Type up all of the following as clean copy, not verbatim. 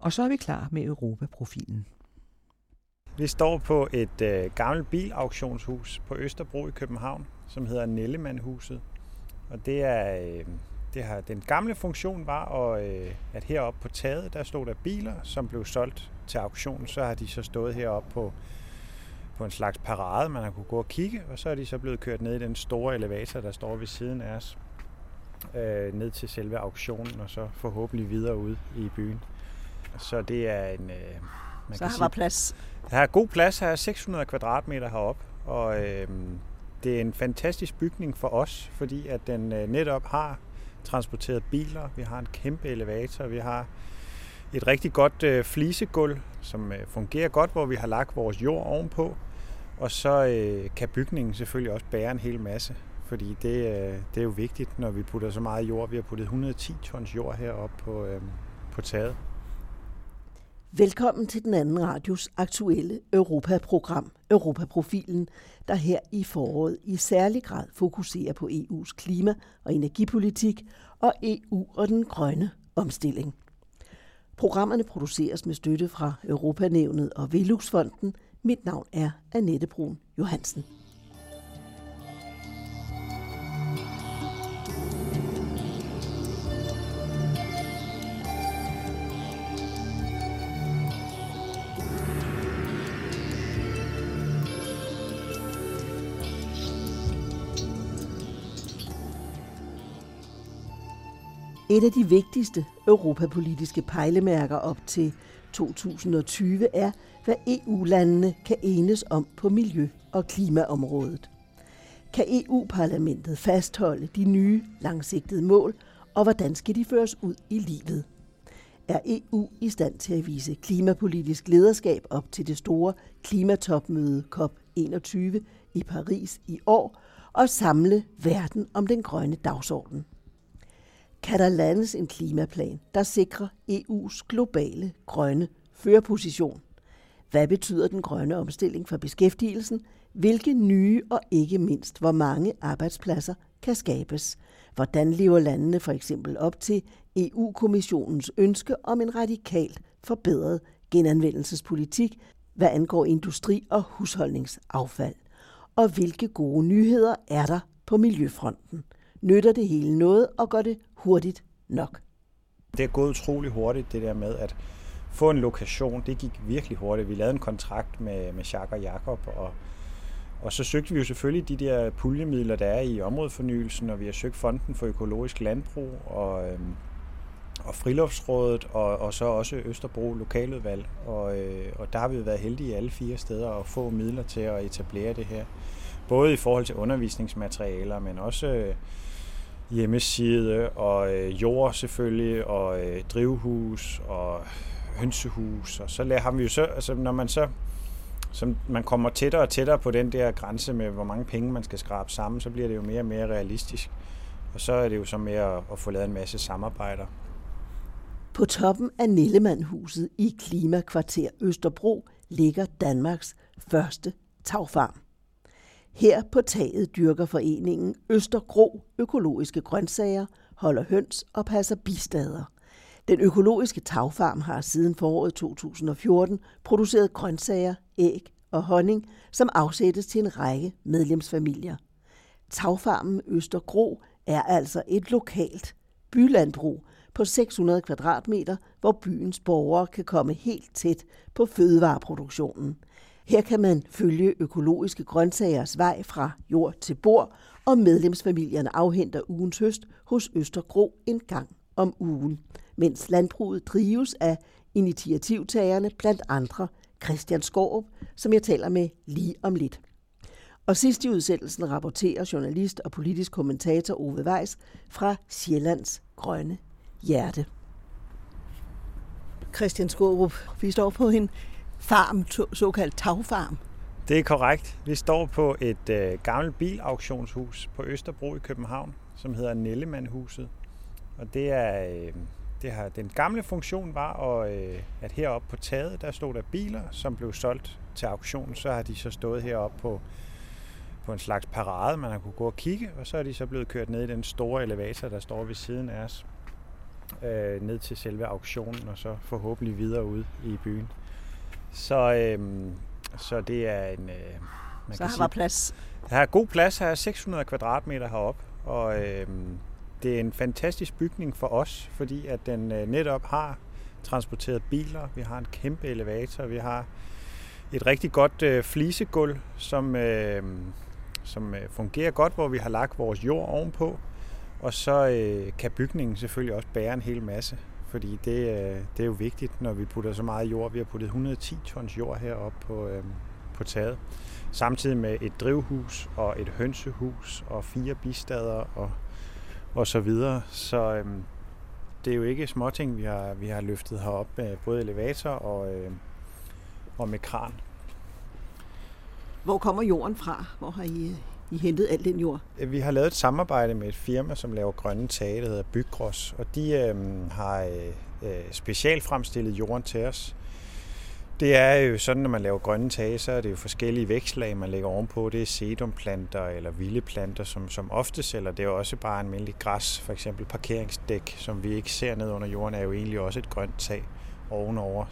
Og så er vi klar med Europaprofilen. Vi står på et gammelt bilauktionshus på Østerbro i København, som hedder Nellemannhuset. Og den gamle funktion var, at heroppe på taget, der stod der biler, som blev solgt til auktion. Så har de så stået heroppe på en slags parade, man har kunne gå og kigge, og så er de så blevet kørt ned i den store elevator, der står ved siden af os, ned til selve auktionen, og så forhåbentlig videre ud i byen. Så det er en... Så har der plads? Der er god plads. Her er 600 kvadratmeter heroppe, og det er en fantastisk bygning for os, fordi at den netop har transporteret biler. Vi har en kæmpe elevator, vi har et rigtig godt flisegulv, som fungerer godt, hvor vi har lagt vores jord ovenpå, og så kan bygningen selvfølgelig også bære en hel masse, fordi det er jo vigtigt, når vi putter så meget jord. Vi har puttet 110 tons jord heroppe på taget. Velkommen til den anden radios aktuelle Europaprogram, Europaprofilen, der her i foråret i særlig grad fokuserer på EU's klima- og energipolitik og EU og den grønne omstilling. Programmerne produceres med støtte fra Europanævnet og Velux-fonden. Mit navn er Annette Brun Johansen. Et af de vigtigste europapolitiske pejlemærker op til 2020 er, hvad EU-landene kan enes om på miljø- og klimaområdet. Kan EU-parlamentet fastholde de nye langsigtede mål, og hvordan skal de føres ud i livet? Er EU i stand til at vise klimapolitisk lederskab op til det store klimatopmøde COP21 i Paris i år og samle verden om den grønne dagsorden? Kan der landes en klimaplan, der sikrer EU's globale grønne førerposition? Hvad betyder den grønne omstilling for beskæftigelsen? Hvilke nye og ikke mindst, hvor mange arbejdspladser kan skabes? Hvordan lever landene for eksempel op til EU-kommissionens ønske om en radikalt forbedret genanvendelsespolitik, hvad angår industri- og husholdningsaffald? Og hvilke gode nyheder er der på miljøfronten? Nytter det hele noget og går det hurtigt nok? Det er gået utrolig hurtigt, det der med at få en lokation. Det gik virkelig hurtigt. Vi lavede en kontrakt med Jacques og Jacob, og så søgte vi jo selvfølgelig de der puljemidler, der er i områdefornyelsen, og vi har søgt Fonden for Økologisk Landbrug og Friluftsrådet, og så også Østerbro Lokaludvalg. Og der har vi været heldige alle 4 steder at få midler til at etablere det her. Både i forhold til undervisningsmaterialer, men også hjemmeside og jord selvfølgelig, og drivhus og hønsehus. Og så har vi jo så, altså når man kommer tættere og tættere på den der grænse med, hvor mange penge man skal skrabe sammen, så bliver det jo mere og mere realistisk. Og så er det jo så med at få lavet en masse samarbejder. På toppen af Nellemannhuset i Klimakvarter Østerbro ligger Danmarks første tagfarm. Her på taget dyrker foreningen Østergro økologiske grøntsager, holder høns og passer bistader. Den økologiske tagfarm har siden foråret 2014 produceret grøntsager, æg og honning, som afsættes til en række medlemsfamilier. Tagfarmen Østergro er altså et lokalt bylandbrug på 600 kvadratmeter, hvor byens borgere kan komme helt tæt på fødevareproduktionen. Her kan man følge økologiske grøntsagers vej fra jord til bord, og medlemsfamilierne afhenter ugens høst hos Østergro en gang om ugen, mens landbruget drives af initiativtagerne, blandt andre Christian Skaarup, som jeg taler med lige om lidt. Og sidst i udsendelsen rapporterer journalist og politisk kommentator Ove Weiss fra Sjællands Grønne Hjerte. Christian Skaarup, vi står på en farm, såkaldt tagfarm. Det er korrekt. Vi står på et gammelt bilauktionshus på Østerbro i København, som hedder Nellemannhuset. Og den gamle funktion var, at heroppe på taget, der stod der biler, som blev solgt til auktion. Så har de så stået heroppe på en slags parade, man har kunne gå og kigge, og så er de så blevet kørt ned i den store elevator, der står ved siden af os. ned til selve auktionen, og så forhåbentlig videre ud i byen. Så det er en... så har der plads? Der er god plads. Her er 600 kvadratmeter heroppe, og det er en fantastisk bygning for os, fordi at den netop har transporteret biler. Vi har en kæmpe elevator, vi har et rigtig godt flisegulv, som fungerer godt, hvor vi har lagt vores jord ovenpå. Og så kan bygningen selvfølgelig også bære en hel masse, fordi det er jo vigtigt, når vi putter så meget jord. Vi har puttet 110 tons jord heroppe på taget. Samtidig med et drivhus og et hønsehus og 4 bistader og så videre. Så det er jo ikke småting, vi har løftet herop med både elevator og med kran. Hvor kommer jorden fra? Hvor har I hentet al den jord? Vi har lavet et samarbejde med et firma, som laver grønne tage, der hedder Bygros, og de har specielt fremstillet jorden til os. Det er jo sådan, når man laver grønne tage, så er det jo forskellige vækstlag, man lægger ovenpå. Det er sedumplanter eller vilde planter, som oftest, eller det er jo også bare almindelig græs, for eksempel parkeringsdæk, som vi ikke ser ned under jorden, er jo egentlig også et grønt tag ovenover.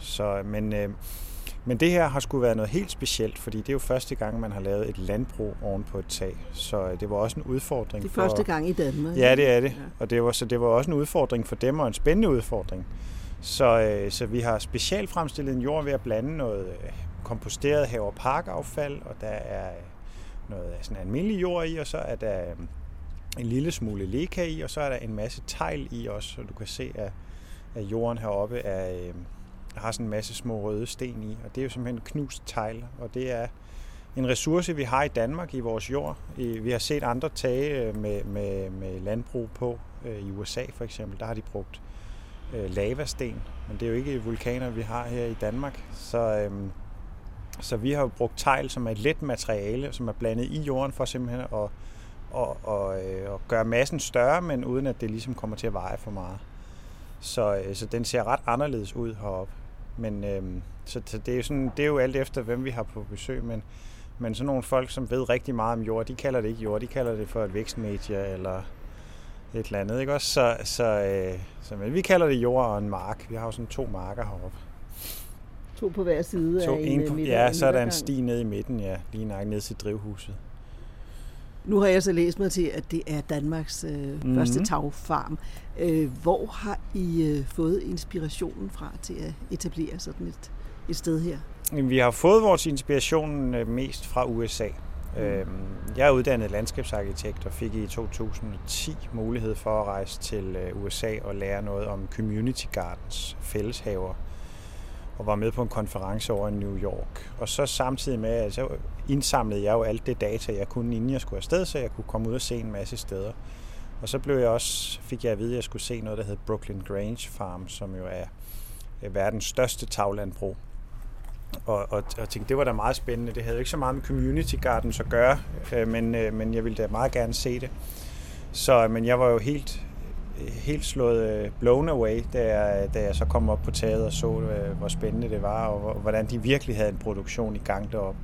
Men det her har sgu været noget helt specielt, fordi det er jo første gang, man har lavet et landbrug oven på et tag. Så det var også en udfordring. Det er første gang i Danmark. Ja, det er det. Ja. Og det var også en udfordring for dem, og en spændende udfordring. Så vi har specielt fremstillet en jord ved at blande noget komposteret have- og parkaffald, og der er noget sådan almindelig jord i, og så er der en lille smule leka i, og så er der en masse tegl i også, så du kan se, at jorden heroppe har sådan en masse små røde sten i, og det er jo simpelthen knust tegl, og det er en ressource, vi har i Danmark i vores jord. Vi har set andre tage med landbrug på, i USA for eksempel, der har de brugt lavasten, men det er jo ikke vulkaner, vi har her i Danmark. Så vi har jo brugt tegl, som er et let materiale, som er blandet i jorden for simpelthen at gøre massen større, men uden at det ligesom kommer til at veje for meget. Så den ser ret anderledes ud heroppe. Men så det er jo alt efter, hvem vi har på besøg, men sådan nogle folk, som ved rigtig meget om jord, de kalder det ikke jord, de kalder det for et vækstmedie eller et eller andet, ikke også? Så men vi kalder det jord og en mark. Vi har jo sådan 2 marker heroppe. 2 på hver side af en midtergang. Ja, så er der en sti ned i midten, ja, lige nok ned til drivhuset. Nu har jeg så læst mig til, at det er Danmarks første tagfarm. Hvor har I fået inspirationen fra til at etablere sådan et sted her? Vi har fået vores inspiration mest fra USA. Jeg er uddannet landskabsarkitekt og fik i 2010 mulighed for at rejse til USA og lære noget om community gardens, fælleshaver, og var med på en konference over i New York. Og så samtidig med, at så indsamlede jeg jo alt det data, jeg kunne, inden jeg skulle afsted, så jeg kunne komme ud og se en masse steder. Og så fik jeg at vide, at jeg skulle se noget, der hedder Brooklyn Grange Farm, som jo er verdens største taglandbrug. Og tænkte, det var da meget spændende. Det havde jo ikke så meget med community gardens at gøre, men jeg ville da meget gerne se det. Men jeg var jo helt slået blown away, da jeg så kom op på taget og så, hvor spændende det var, og hvordan de virkelig havde en produktion i gang deroppe.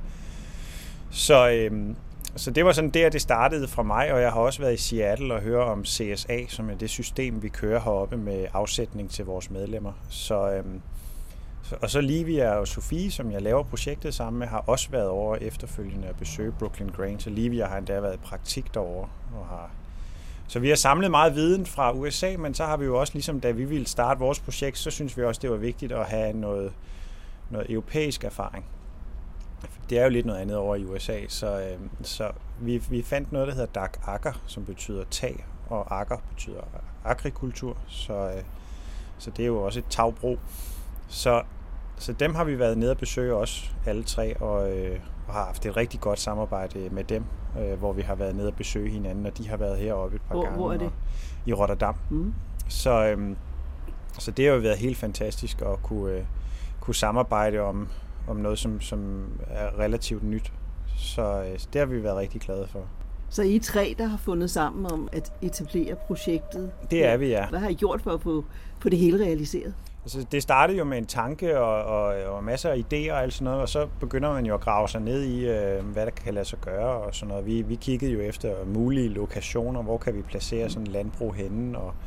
Så det var sådan der, det startede fra mig, og jeg har også været i Seattle og høre om CSA, som er det system, vi kører heroppe med afsætning til vores medlemmer. Og så Livia og Sofie, som jeg laver projektet sammen med, har også været over efterfølgende at besøge Brooklyn Grange, og Livia har endda været i praktik derovre. Så vi har samlet meget viden fra USA, men så har vi jo også, ligesom da vi ville starte vores projekt, så synes vi også, det var vigtigt at have noget europæisk erfaring. Det er jo lidt noget andet over i USA, så vi fandt noget, der hedder Dag Akker, som betyder tag, og akker betyder agrikultur, så det er jo også et tagbrug. Så dem har vi været nede og besøge også, alle 3, og har haft et rigtig godt samarbejde med dem, hvor vi har været nede og besøge hinanden, og de har været heroppe et par gange. Hvor er det? I Rotterdam. Mm. Så det har jo været helt fantastisk at kunne samarbejde om noget, som er relativt nyt. Så det har vi været rigtig glade for. Så I 3, der har fundet sammen om at etablere projektet? Det er vi, ja. Hvad har I gjort for at få det hele realiseret? Altså, det startede jo med en tanke og masser af idéer og alt sådan noget, og så begynder man jo at grave sig ned i, hvad der kan lade sig gøre og sådan noget. Vi kiggede jo efter mulige lokationer, hvor kan vi placere sådan et landbrug henne, og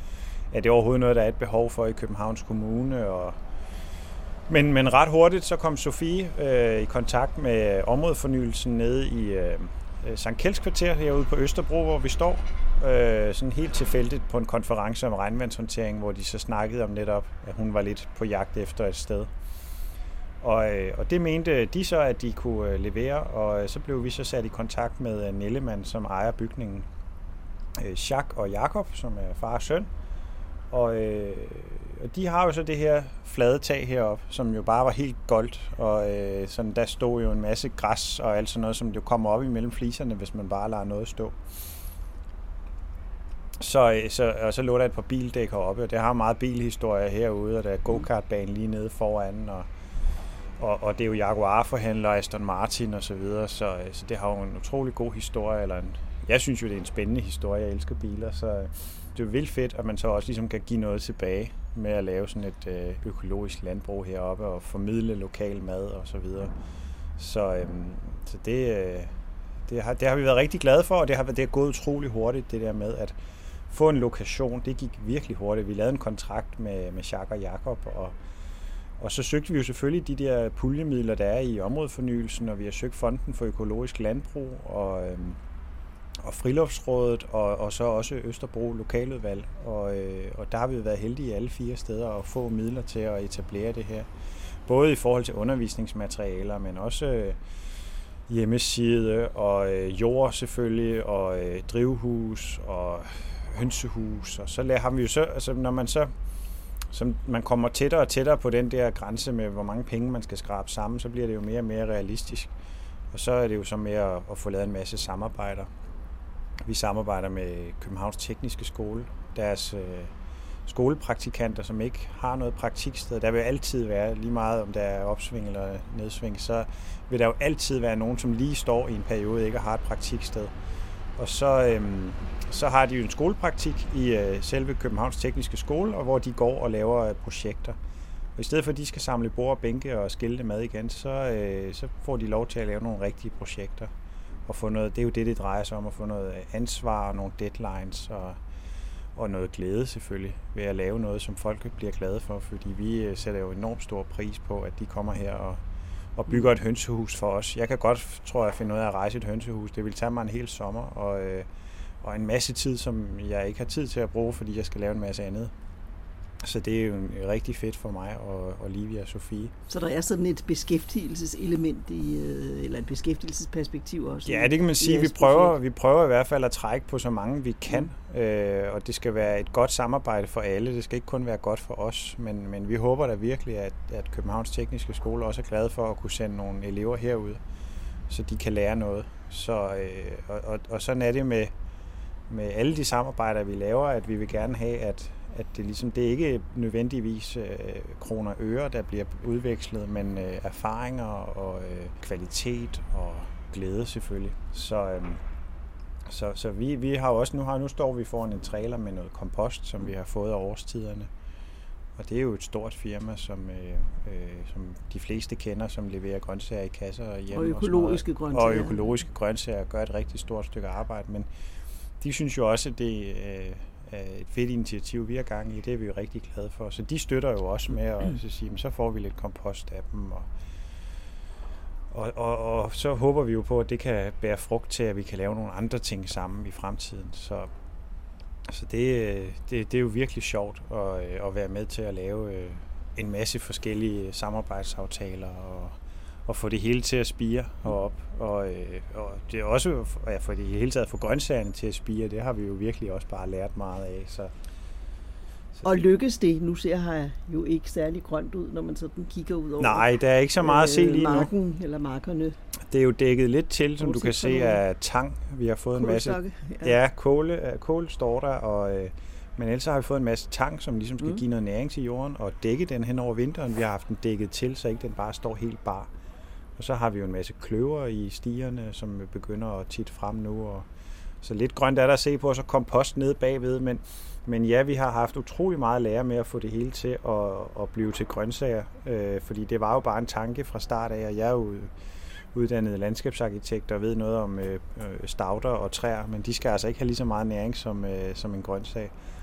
er det overhovedet noget, der er et behov for i Københavns Kommune. Men ret hurtigt så kom Sofie i kontakt med områdefornyelsen nede i Sankt Kjelds kvarter herude på Østerbro, hvor vi står. Sådan helt tilfældigt på en konference om regnvandshåndtering, hvor de så snakkede om netop, at hun var lidt på jagt efter et sted. Og det mente de så, at de kunne levere, og så blev vi så sat i kontakt med Nellemann, som ejer bygningen. Jacques og Jakob, som er far og søn. Og de har jo så det her flade tag heroppe, som jo bare var helt goldt, og sådan, der stod jo en masse græs og alt sådan noget, som jo kommer op imellem fliserne, hvis man bare lader noget stå. Så lå der et par bildæk heroppe, og det har meget bilhistorie herude, og der er go-kartbane lige nede foran, og det er jo Jaguar-forhandler, Aston Martin og så videre, så det har jo en utrolig god historie, jeg synes jo, det er en spændende historie, jeg elsker biler, så det er jo vildt fedt, at man så også ligesom kan give noget tilbage med at lave sådan et økologisk landbrug heroppe og formidle lokal mad og så videre. Så det har vi været rigtig glade for, og det har gået utrolig hurtigt, det der med at få en lokation. Det gik virkelig hurtigt. Vi lavede en kontrakt med Jacques og Jakob, og så søgte vi jo selvfølgelig de der puljemidler, der er i områdefornyelsen, og vi har søgt Fonden for Økologisk Landbrug og Friluftsrådet, og så også Østerbro Lokaludvalg. Og der har vi været heldige alle 4 steder at få midler til at etablere det her. Både i forhold til undervisningsmaterialer, men også hjemmeside og jord selvfølgelig, og drivhus og hønsehus. Og så har vi jo så, altså når man så som man kommer tættere og tættere på den der grænse med, hvor mange penge man skal skrabe sammen, så bliver det jo mere og mere realistisk. Og så er det jo så med at få lavet en masse samarbejder. Vi samarbejder med Københavns Tekniske Skole, deres skolepraktikanter, som ikke har noget praktiksted. Der vil altid være, lige meget om der er opsving eller nedsving, så vil der jo altid være nogen, som lige står i en periode ikke har et praktiksted. Og så har de jo en skolepraktik i selve Københavns Tekniske Skole, og hvor de går og laver projekter. Og i stedet for, at de skal samle bord og bænke og skilte mad igen, så får de lov til at lave nogle rigtige projekter. Og få noget, det er jo det drejer sig om, at få noget ansvar og nogle deadlines og noget glæde selvfølgelig ved at lave noget, som folk bliver glade for, fordi vi sætter jo enormt stor pris på, at de kommer her og bygger et hønsehus for os. Jeg kan godt, tror jeg, finde ud af at rejse et hønsehus. Det vil tage mig en hel sommer og en masse tid, som jeg ikke har tid til at bruge, fordi jeg skal lave en masse andet. Så det er jo rigtig fedt for mig og Olivia og Sofie. Så der er sådan et beskæftigelseselement eller et beskæftigelsesperspektiv også? Ja, det kan man sige. Vi prøver i hvert fald at trække på så mange vi kan, og det skal være et godt samarbejde for alle. Det skal ikke kun være godt for os, men vi håber da virkelig, at Københavns Tekniske Skole også er glade for at kunne sende nogle elever herud, så de kan lære noget. Og sådan er det med alle de samarbejder, vi laver, at vi vil gerne have, at det er ikke nødvendigvis kroner og øre, der bliver udvekslet, men erfaringer og kvalitet og glæde selvfølgelig. Så vi har også nu står vi foran en trailer med noget kompost, som vi har fået af årstiderne. Og det er jo et stort firma, som de fleste kender, som leverer grøntsager i kasser hjemme. Og økologiske grøntsager. Og økologiske grøntsager gør et rigtig stort stykke arbejde, men de synes jo også, at det et fedt initiativ, vi har gang i. Det er vi jo rigtig glade for. Så de støtter jo også med at sige, så får vi lidt kompost af dem. Og så håber vi jo på, at det kan bære frugt til, at vi kan lave nogle andre ting sammen i fremtiden. Så det er jo virkelig sjovt at være med til at lave en masse forskellige samarbejdsaftaler og få det hele til at spire heroppe. Og det er også at få det hele taget få grøntsagerne til at spire. Det har vi jo virkelig også bare lært meget af. Så og lykkes det? Nu ser her jo ikke særlig grønt ud, når man sådan kigger ud over. Nej, der er ikke så meget at se lige nu. Marken eller markerne. Det er jo dækket lidt til, som du kan se, af tang. Vi har fået en masse. Ja, kål står der, men ellers har vi fået en masse tang, som ligesom skal give noget næring til jorden og dække den hen over vinteren. Vi har haft den dækket til, så ikke den bare står helt bar. Og så har vi jo en masse kløver i stierne, som begynder at titte frem nu. Så lidt grønt er der at se på, og så kompost nede bagved. Men ja, vi har haft utrolig meget at lære med at få det hele til at blive til grøntsager. Fordi det var jo bare en tanke fra start af, og jeg er jo uddannet landskabsarkitekt og ved noget om stauder og træer, men de skal altså ikke have lige så meget næring som en grøntsag.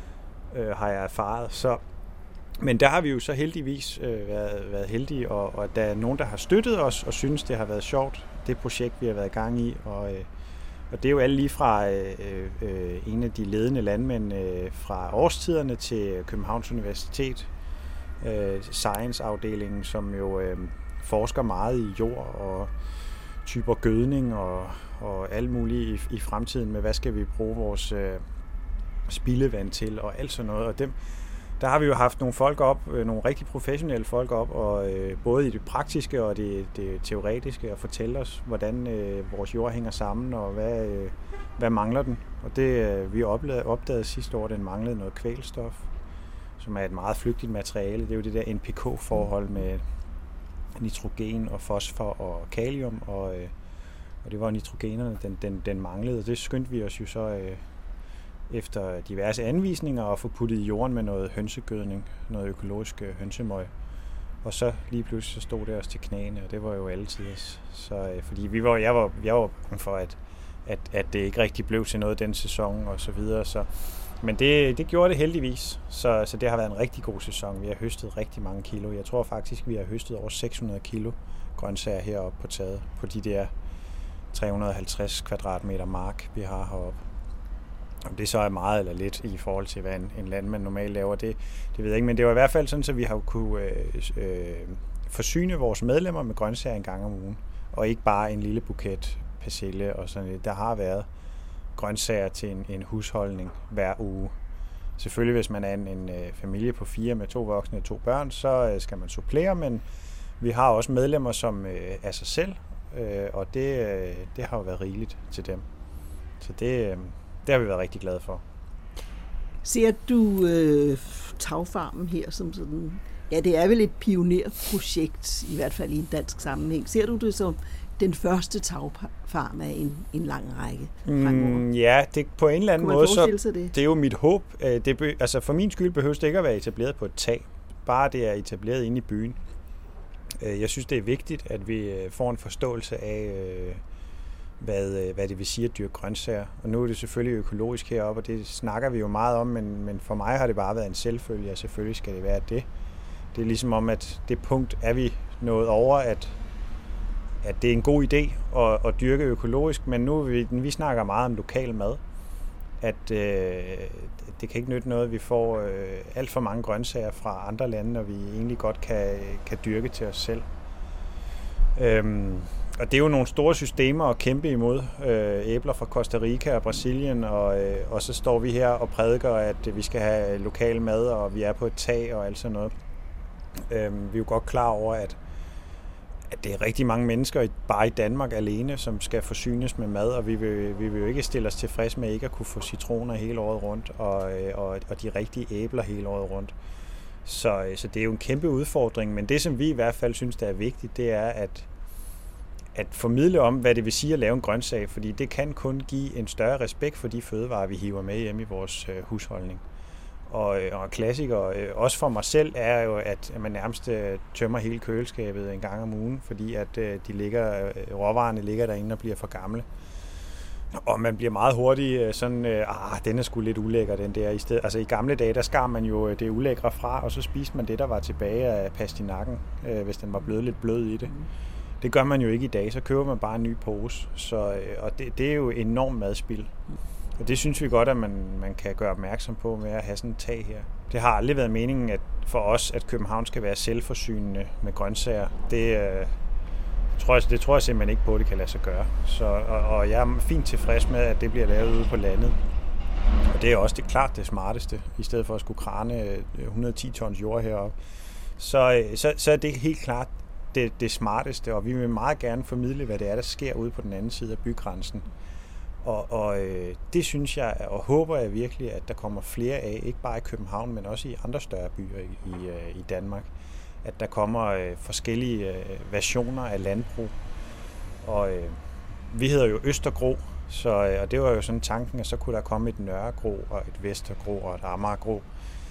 har jeg erfaret. Men der har vi jo så heldigvis været heldige, og der er nogen, der har støttet os og synes, det har været sjovt, det projekt, vi har været i gang i. Og det er jo alle lige fra en af de ledende landmænd fra årstiderne til Københavns Universitet, Science-afdelingen, som jo forsker meget i jord og typer gødning og alt muligt i fremtiden med, hvad skal vi bruge vores spildevand til og alt sådan noget. Og der har vi jo haft nogle folk op, nogle rigtig professionelle folk op, og både i det praktiske og det teoretiske, at fortælle os, hvordan vores jord hænger sammen, og hvad mangler den. Og det vi opdagede sidste år, den manglede noget kvælstof, som er et meget flygtigt materiale. Det er jo det der NPK-forhold med nitrogen og fosfor og kalium, og det var nitrogenerne, den manglede. Og det skyndte vi os jo så efter diverse anvisninger at få puttet i jorden med noget hønsegødning, noget økologisk hønsemøg. Og så lige pludselig så stod det os til knæene, og det var jo altid. Så fordi jeg var bange for, at det ikke rigtig blev til noget den sæson og så videre. Men det gjorde det heldigvis, så det har været en rigtig god sæson. Vi har høstet rigtig mange kilo. Jeg tror faktisk, vi har høstet over 600 kilo grøntsager heroppe på taget, på de der 350 kvadratmeter mark, vi har heroppe. Om det så er meget eller lidt i forhold til, hvad en landmand normalt laver, det ved jeg ikke. Men det var i hvert fald sådan, at vi har kunne forsyne vores medlemmer med grøntsager en gang om ugen. Og ikke bare en lille buket persille og sådan noget. Der har været grøntsager til en husholdning hver uge. Selvfølgelig, hvis man er en familie på 4 med 2 voksne og 2 børn, så skal man supplere, men vi har også medlemmer, som er sig selv, og det har jo været rigeligt til dem. Så det har vi været rigtig glade for. Ser du Tagfarmen her som sådan, ja, det er vel et pionerprojekt, i hvert fald i en dansk sammenhæng. Ser du det som den første tagfarm af en lang række fremover? Ja, det på en eller anden måde, så det er jo mit håb. Altså for min skyld behøves det ikke at være etableret på et tag. Bare det er etableret inde i byen. Jeg synes, det er vigtigt, at vi får en forståelse af, hvad det vil sige at dyrke grøntsager. Og nu er det selvfølgelig økologisk heroppe, og det snakker vi jo meget om, men for mig har det bare været en selvfølge, og selvfølgelig skal det være det. Det er ligesom om, at det punkt er vi nået over, at det er en god idé at dyrke økologisk, men nu vi snakker meget om lokal mad, at det kan ikke nytte noget, at vi får alt for mange grøntsager fra andre lande, og vi egentlig godt kan dyrke til os selv. Og det er jo nogle store systemer at kæmpe imod. Æbler fra Costa Rica og Brasilien, og så står vi her og prædiker, at vi skal have lokal mad, og vi er på et tag og alt sådan noget. Vi er jo godt klar over, at det er rigtig mange mennesker, bare i Danmark alene, som skal forsynes med mad, og vi vil jo ikke stille os tilfreds med ikke at kunne få citroner hele året rundt, og de rigtige æbler hele året rundt. Så det er jo en kæmpe udfordring, men det, som vi i hvert fald synes, der er vigtigt, det er at formidle om, hvad det vil sige at lave en grøntsag, fordi det kan kun give en større respekt for de fødevarer, vi hiver med hjem i vores husholdning. Og klassiker, også for mig selv, er jo, at man nærmest tømmer hele køleskabet en gang om ugen, fordi at råvarerne ligger derinde og bliver for gamle. Og man bliver meget hurtigt sådan, den er sgu lidt ulækker, den der. Altså i gamle dage, der skar man jo det ulækre fra, og så spiste man det, der var tilbage af pastinakken, hvis den var blevet lidt blød i det. Det gør man jo ikke i dag, så køber man bare en ny pose. Og det er jo enormt madspild. Og det synes vi godt, at man kan gøre opmærksom på med at have sådan et tag her. Det har aldrig været meningen for os, at København skal være selvforsynende med grøntsager. Det tror jeg simpelthen ikke på, at det kan lade sig gøre. Og jeg er fint tilfreds med, at det bliver lavet ude på landet. Og det er også klart det smarteste, i stedet for at skulle krane 110 tons jord heroppe. Så er det helt klart det smarteste, og vi vil meget gerne formidle, hvad det er, der sker ude på den anden side af bygrænsen. Og det synes jeg, og håber jeg virkelig, at der kommer flere af, ikke bare i København, men også i andre større byer i Danmark. At der kommer forskellige versioner af landbrug. Og vi hedder jo Østergro, og det var jo sådan tanken, at så kunne der komme et Nørregro og et Vestergro og et Amagergro.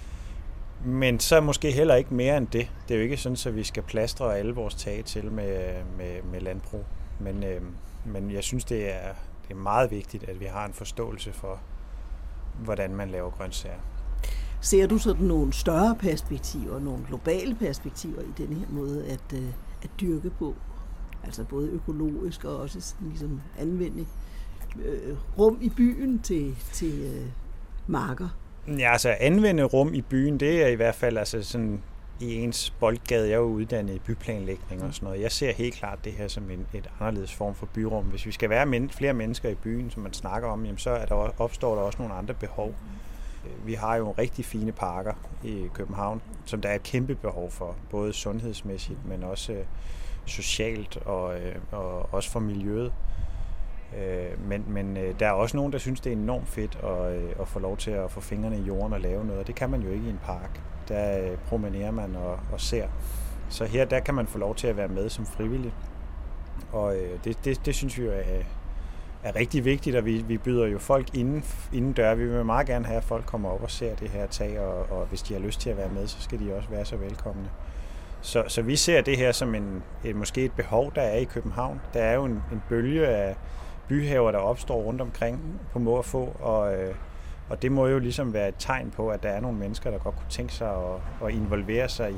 Men så måske heller ikke mere end det. Det er jo ikke sådan, at vi skal plastre alle vores tage til med landbrug. Men jeg synes, det er meget vigtigt, at vi har en forståelse for, hvordan man laver grøntsager. Ser du sådan nogle større perspektiver, nogle globale perspektiver i den her måde at dyrke på? Altså både økologisk og også sådan ligesom anvende rum i byen til marker? Ja, altså anvende rum i byen, det er i hvert fald altså sådan i ens boldgade. Jeg er jo uddannet i byplanlægning og sådan noget. Jeg ser helt klart det her som et anderledes form for byrum. Hvis vi skal være flere mennesker i byen, som man snakker om, jamen, så opstår der også nogle andre behov. Vi har jo rigtig fine parker i København, som der er et kæmpe behov for, både sundhedsmæssigt, men også socialt og også for miljøet. Men der er også nogen, der synes, det er enormt fedt at få lov til at få fingrene i jorden og lave noget, og det kan man jo ikke i en park. Der promenerer man og ser. Så her, der kan man få lov til at være med som frivillig. Og det synes vi jo er rigtig vigtigt, og vi byder jo folk inden dør. Vi vil meget gerne have, at folk kommer op og ser det her tag, og hvis de har lyst til at være med, så skal de også være så velkomne. Så vi ser det her som måske et behov, der er i København. Der er jo en bølge af byhaver, der opstår rundt omkring på må og få, og det må jo ligesom være et tegn på, at der er nogle mennesker, der godt kunne tænke sig at involvere sig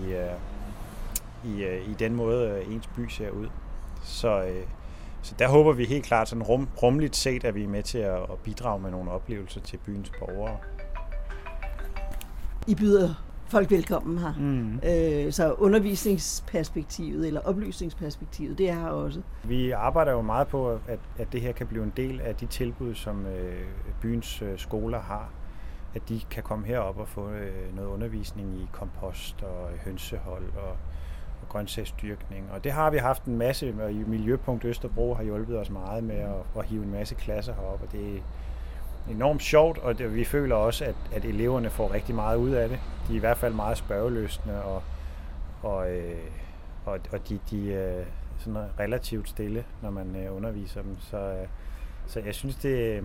i den måde, ens by ser ud. Så der håber vi helt klart, sådan rumligt set, at vi er med til at bidrage med nogle oplevelser til byens borgere. I byder folk velkommen her. Så undervisningsperspektivet eller oplysningsperspektivet, det er her også. Vi arbejder jo meget på, at det her kan blive en del af de tilbud, som byens skoler har. At de kan komme herop og få noget undervisning i kompost og hønsehold og grøntsagsdyrkning. Og det har vi haft en masse, og Miljøpunkt Østerbro har hjulpet os meget med at hive en masse klasser herop, og det er enormt sjovt, og vi føler også, at eleverne får rigtig meget ud af det. De er i hvert fald meget spørgelystne, og de er sådan relativt stille, når man underviser dem. Så jeg synes, det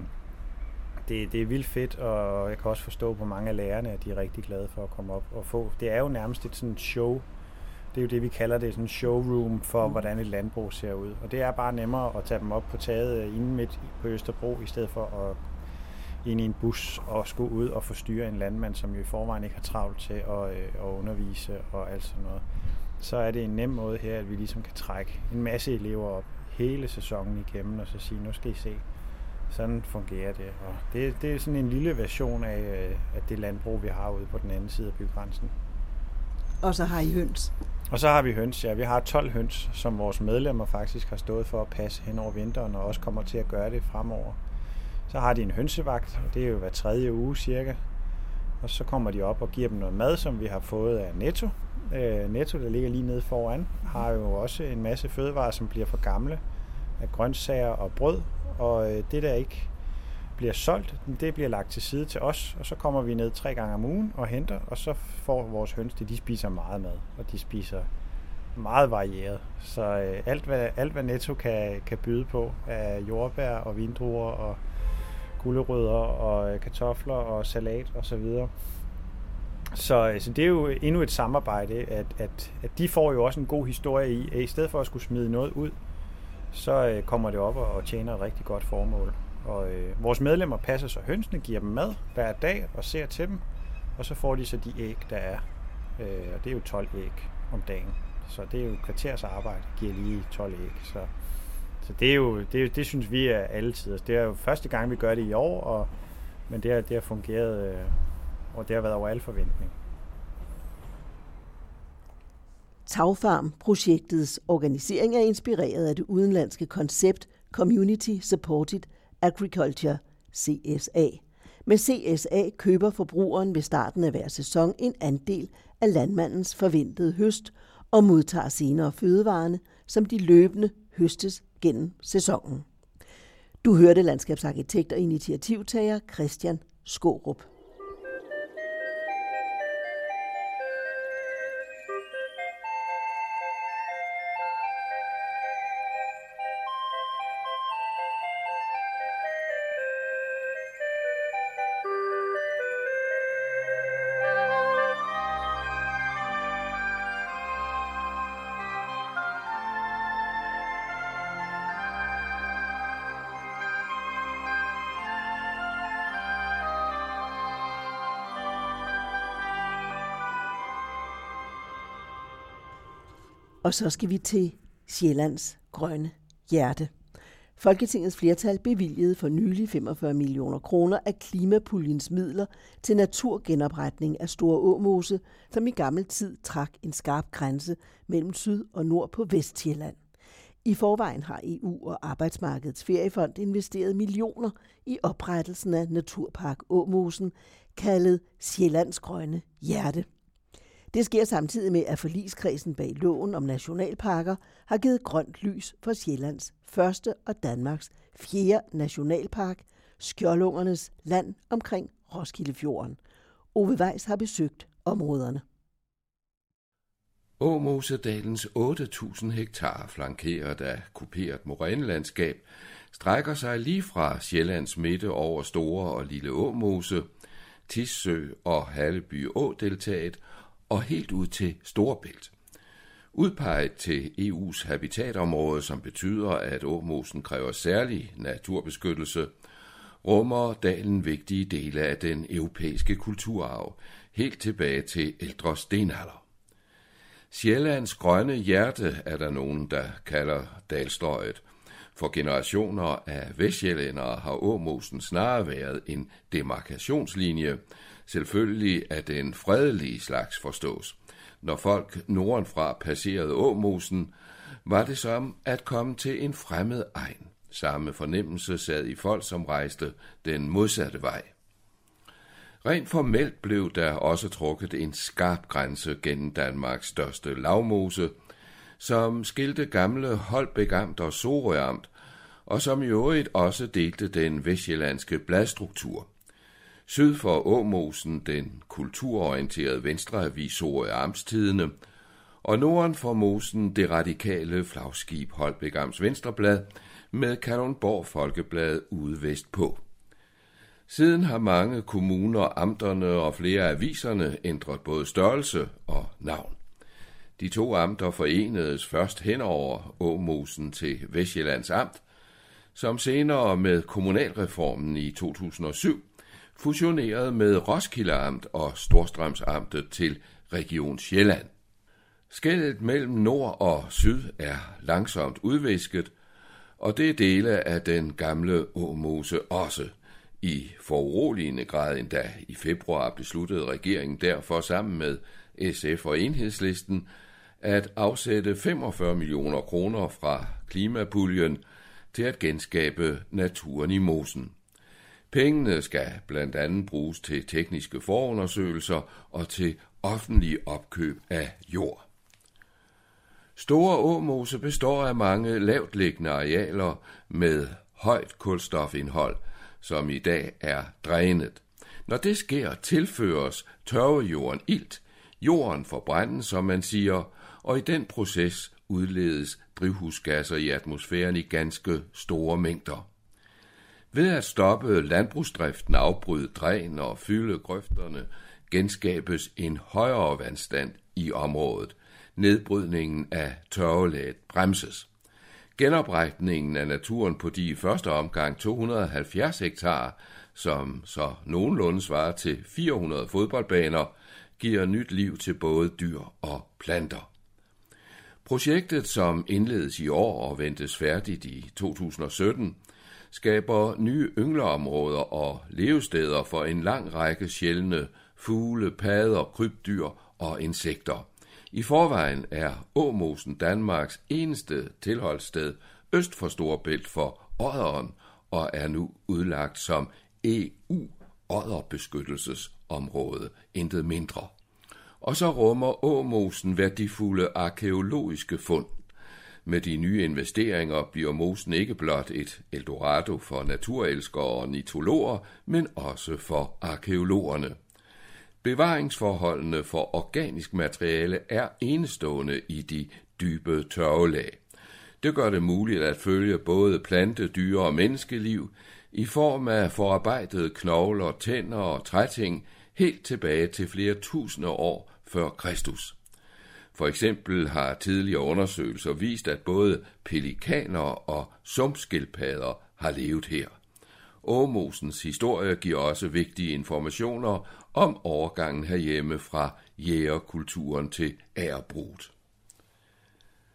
er vildt fedt, og jeg kan også forstå på mange af lærerne, at de er rigtig glade for at komme op og få. Det er jo nærmest et sådan show. Det er jo det, vi kalder det, sådan en showroom for, hvordan et landbrug ser ud. Og det er bare nemmere at tage dem op på taget inde midt på Østerbro, i stedet for at ind i en bus og skulle ud og forstyrre en landmand, som jo i forvejen ikke har travlt til at undervise og alt sådan noget. Så er det en nem måde her, at vi ligesom kan trække en masse elever op hele sæsonen igennem, og så sige, nu skal I se, sådan fungerer det. Og det er sådan en lille version af det landbrug, vi har ude på den anden side af bygrænsen. Og så har I høns? Og så har vi høns, ja. Vi har 12 høns, som vores medlemmer faktisk har stået for at passe hen over vinteren, og også kommer til at gøre det fremover. Så har de en hønsevagt, og det er jo hver 3. uge cirka. Og så kommer de op og giver dem noget mad, som vi har fået af Netto. Netto, der ligger lige nede foran, har jo også en masse fødevarer, som bliver for gamle, af grøntsager og brød. Og det, der ikke bliver solgt, det bliver lagt til side til os, og så kommer vi ned 3 gange om ugen og henter, og så får vores høns, de spiser meget mad, og de spiser meget varieret. Så alt hvad Netto kan byde på af jordbær og vindruer og gulerødder og kartofler og salat og så videre. Så det er jo endnu et samarbejde, at de får jo også en god historie i stedet for at skulle smide noget ud, så kommer det op og tjener et rigtig godt formål. Og vores medlemmer passer så hønsene, giver dem mad hver dag og ser til dem, og så får de så de æg, der er. Og det er jo 12 æg om dagen. Så det er jo kvarters arbejde, giver lige 12 æg. Så det synes vi er altid. Det er jo første gang, vi gør det i år, men det har fungeret, og det har været over al forventning. Tagfarm-projektets organisering er inspireret af det udenlandske koncept Community Supported Agriculture, CSA. Med CSA køber forbrugeren ved starten af hver sæson en andel af landmandens forventede høst og modtager senere fødevarene, som de løbende høstes gennem sæsonen. Du hørte landskabsarkitekt og initiativtager Christian Skaarup. Og så skal vi til Sjællands grønne hjerte. Folketingets flertal bevilgede for nylig 45 millioner kroner af klimapuljens midler til naturgenopretning af Store Åmose, som i gammel tid trak en skarp grænse mellem syd og nord på Vestsjælland. I forvejen har EU og Arbejdsmarkedets Feriefond investeret millioner i oprettelsen af Naturpark Åmosen, kaldet Sjællands grønne hjerte. Det sker samtidig med, at forligskredsen bag loven om nationalparker har givet grønt lys for Sjællands første og Danmarks 4. nationalpark, Skjoldungernes land omkring Roskildefjorden. Ove Weiss har besøgt områderne. Åmosedalens 8.000 hektar, flankeret af kuperet morænelandskab, strækker sig lige fra Sjællands midte over Store og Lille Åmose, Tissø og Halleby Å-deltaget og helt ud til Storebælt. Udpeget til EU's habitatområde, som betyder, at Åmosen kræver særlig naturbeskyttelse, rummer dalen vigtige dele af den europæiske kulturarv, helt tilbage til ældre stenalder. Sjællands grønne hjerte er der nogen, der kalder dalstrøget. For generationer af vestsjællændere har Åmosen snarere været en demarkationslinje, selvfølgelig af den fredelige slags forstås. Når folk nordenfra passerede Åmosen, var det som at komme til en fremmed egn. Samme fornemmelse sad i folk, som rejste den modsatte vej. Rent formelt blev der også trukket en skarp grænse gennem Danmarks største lavmose, som skilte gamle Holbæk Amt og Sorø Amt, og som i øvrigt også delte den vestsjællandske bladstruktur. Syd for Åmosen den kulturorienterede venstreavis Sorø Amtstidende, og norden for mosen det radikale flagskib Holbæk Amts Venstreblad med Kalundborg Folkeblad ude vestpå. Siden har mange kommuner, amterne og flere aviserne ændret både størrelse og navn. De to amter forenedes først henover Åmosen til Vestsjællands Amt, som senere med kommunalreformen i 2007 fusionerede med Roskilde Amt og Storstrømsamtet til Region Sjælland. Skellet mellem nord og syd er langsomt udvisket, og det er dele af den gamle Åmose også. I foruroligende grad endda i februar besluttede regeringen derfor sammen med SF og Enhedslisten at afsætte 45 millioner kroner fra klimapuljen til at genskabe naturen i mosen. Pengene skal blandt andet bruges til tekniske forundersøgelser og til offentlig opkøb af jord. Store Åmose består af mange lavtliggende arealer med højt kulstofindhold, som i dag er drænet. Når det sker, tilføres tørvejorden ilt, jorden forbrændes, som man siger, og i den proces udledes drivhusgasser i atmosfæren i ganske store mængder. Ved at stoppe landbrugsdriften, afbryde dræn og fylde grøfterne, genskabes en højere vandstand i området. Nedbrydningen af tørvelaget bremses. Genopretningen af naturen på de i første omgang 270 hektar, som så nogenlunde svarer til 400 fodboldbaner, giver nyt liv til både dyr og planter. Projektet, som indledes i år og ventes færdigt i 2017, skaber nye yngleområder og levesteder for en lang række sjældne fugle, padder, krybdyr og insekter. I forvejen er Åmosen Danmarks eneste tilholdssted øst for Storebælt for odderen og er nu udlagt som EU-odderbeskyttelsesområde, intet mindre. Og så rummer Åmosen værdifulde arkæologiske fund. Med de nye investeringer bliver mosen ikke blot et eldorado for naturelskere og ornitologer, men også for arkæologerne. Bevaringsforholdene for organisk materiale er enestående i de dybe tørvelag. Det gør det muligt at følge både plante-, dyre- og menneskeliv i form af forarbejdede knogler, tænder og træting helt tilbage til flere tusinde år før Kristus. For eksempel har tidligere undersøgelser vist, at både pelikaner og sumpskildpadder har levet her. Åmosens historie giver også vigtige informationer om overgangen herhjemme fra jægerkulturen til agerbruget.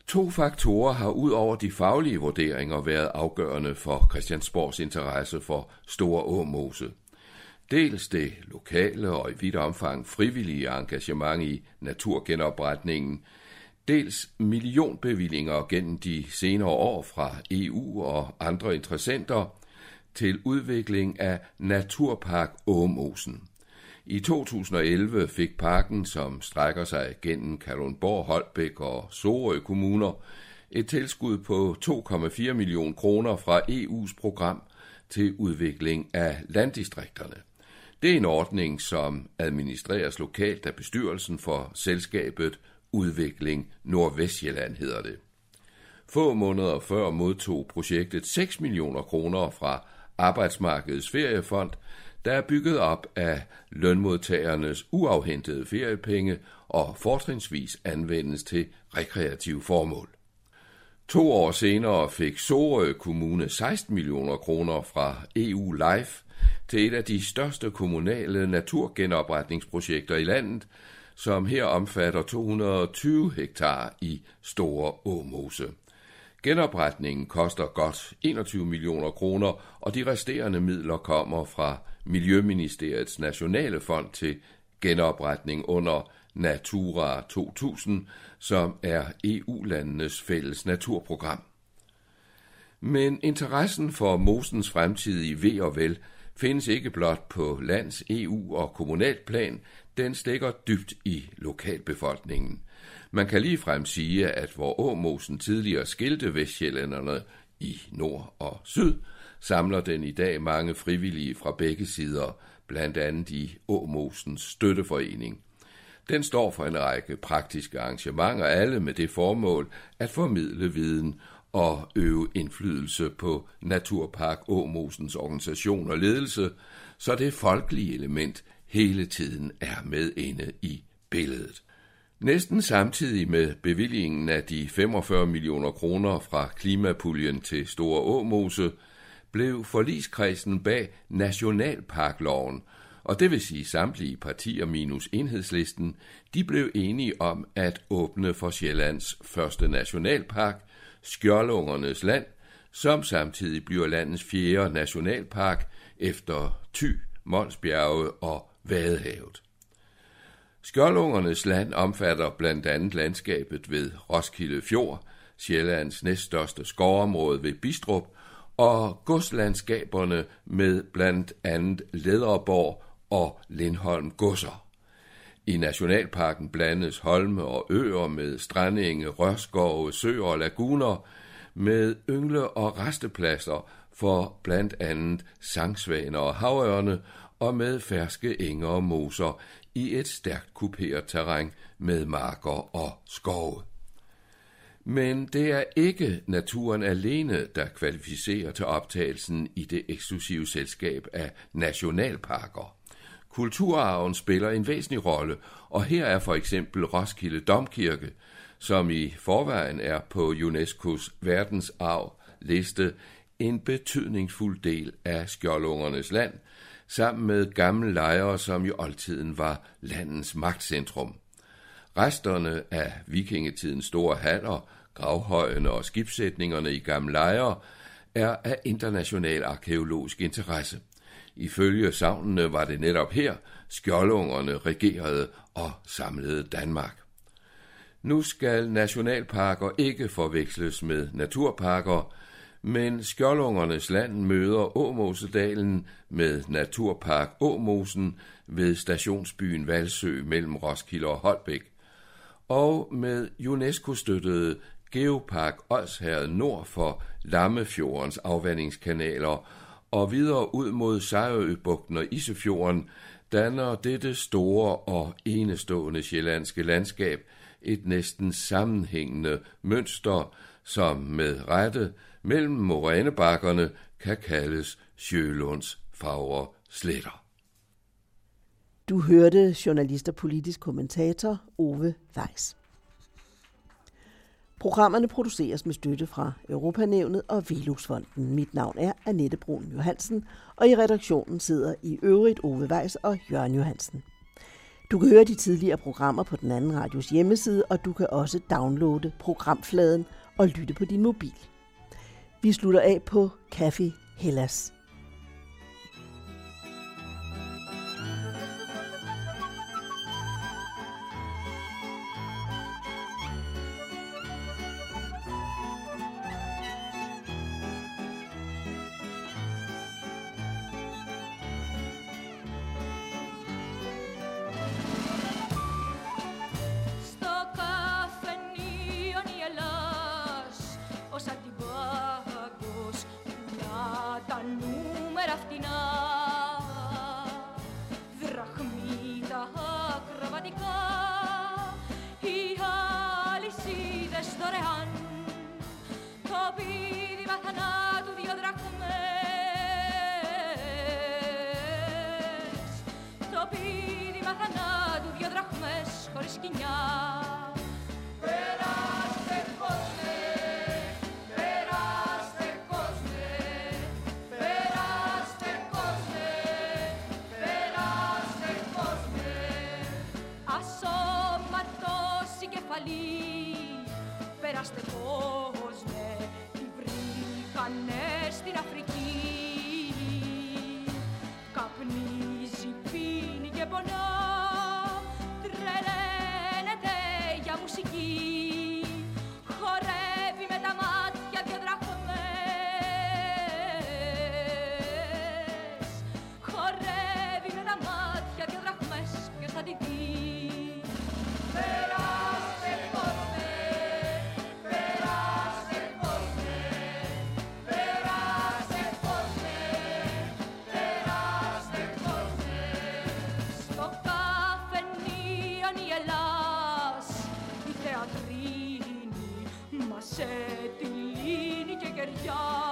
2 faktorer har ud over de faglige vurderinger været afgørende for Christiansborgs interesse for Store Åmose. Dels det lokale og i vidt omfang frivillige engagement i naturgenopretningen, dels millionbevillinger gennem de senere år fra EU og andre interessenter til udvikling af Naturpark Åmosen. I 2011 fik parken, som strækker sig gennem Kalundborg, Holbæk og Sorø kommuner, et tilskud på 2,4 millioner kroner fra EU's program til udvikling af landdistrikterne. Det er en ordning, som administreres lokalt af bestyrelsen for selskabet Udvikling Nordvestjylland, hedder det. Få måneder før modtog projektet 6 millioner kroner fra Arbejdsmarkedets Feriefond, der er bygget op af lønmodtagernes uafhentede feriepenge og fortrinsvis anvendes til rekreative formål. 2 år senere fik Sorø Kommune 16 millioner kroner fra EU Life til et af de største kommunale naturgenopretningsprojekter i landet, som her omfatter 220 hektar i Store Åmose. Genopretningen koster godt 21 millioner kroner, og de resterende midler kommer fra Miljøministeriets nationale fond til genopretning under Natura 2000, som er EU-landenes fælles naturprogram. Men interessen for mosens fremtidige ve og vel findes ikke blot på lands-, EU- og kommunalt plan, den stikker dybt i lokalbefolkningen. Man kan ligefrem sige, at hvor Åmosen tidligere skilte vestsjællænderne i nord og syd, samler den i dag mange frivillige fra begge sider, blandt andet i Åmosens Støtteforening. Den står for en række praktiske arrangementer, alle med det formål at formidle viden og øve indflydelse på Naturpark Åmosens organisation og ledelse, så det folkelige element hele tiden er med inde i billedet. Næsten samtidig med bevillingen af de 45 millioner kroner fra klimapuljen til Store Åmose, blev forligskredsen bag Nationalparkloven, og det vil sige samtlige partier minus Enhedslisten, de blev enige om at åbne for Sjællands første nationalpark, Skjoldungernes Land, som samtidig bliver landets 4. nationalpark efter Thy, Mols-Bjerge og Vadehavet. Skjoldungernes Land omfatter blandt andet landskabet ved Roskilde Fjord, Sjællands næststørste skovområde ved Bistrup, og godslandskaberne med blandt andet Ledreborg og Lindholm godser. I nationalparken blandes holme og øer med strandenge, rørskove, søer og laguner, med yngle- og rastepladser for blandt andet sangsvaner og havørne, og med ferske enger og moser i et stærkt kuperet terræn med marker og skove. Men det er ikke naturen alene, der kvalificerer til optagelsen i det eksklusive selskab af nationalparker. Kulturarven spiller en væsentlig rolle, og her er for eksempel Roskilde Domkirke, som i forvejen er på UNESCO's verdensarvliste, en betydningsfuld del af Skjoldungernes Land, sammen med gamle lejre, som i oldtiden var landets magtcentrum. Resterne af vikingetidens store haller, gravhøjene og skibssætningerne i gamle lejre er af international arkæologisk interesse. Ifølge sagnene var det netop her, skjoldungerne regerede og samlede Danmark. Nu skal nationalparker ikke forveksles med naturparker, men Skjoldungernes Land møder Åmosedalen med Naturpark Åmosen ved stationsbyen Valsø mellem Roskilde og Holbæk, og med UNESCO-støttede Geopark Odsherred nord for Lammefjordens afvandingskanaler og videre ud mod Sejrøbugten og Isefjorden, danner dette store og enestående sjællandske landskab et næsten sammenhængende mønster, som med rette mellem morænebakkerne kan kaldes Sjølunds fagre sletter. Du hørte journalist og politisk kommentator Ove Weiss. Programmerne produceres med støtte fra Europanævnet og Veluxfonden. Mit navn er Annette Brun Johansen, og i redaktionen sidder i øvrigt Ove Weiss og Jørgen Johansen. Du kan høre de tidligere programmer på Den Anden Radios hjemmeside, og du kan også downloade programfladen og lytte på din mobil. Vi slutter af på Café Hellas. Περάστε κόσμε, τι βρήκανε στην Αφρική. Καπνίζει, πίνει και πονά, τρελαίνεται για μουσική. Χορεύει με τα μάτια 2 δραχμές. Χορεύει με τα μάτια 2 δραχμές, ποιος θα τη δει. Σε τη λύνη και κεριά.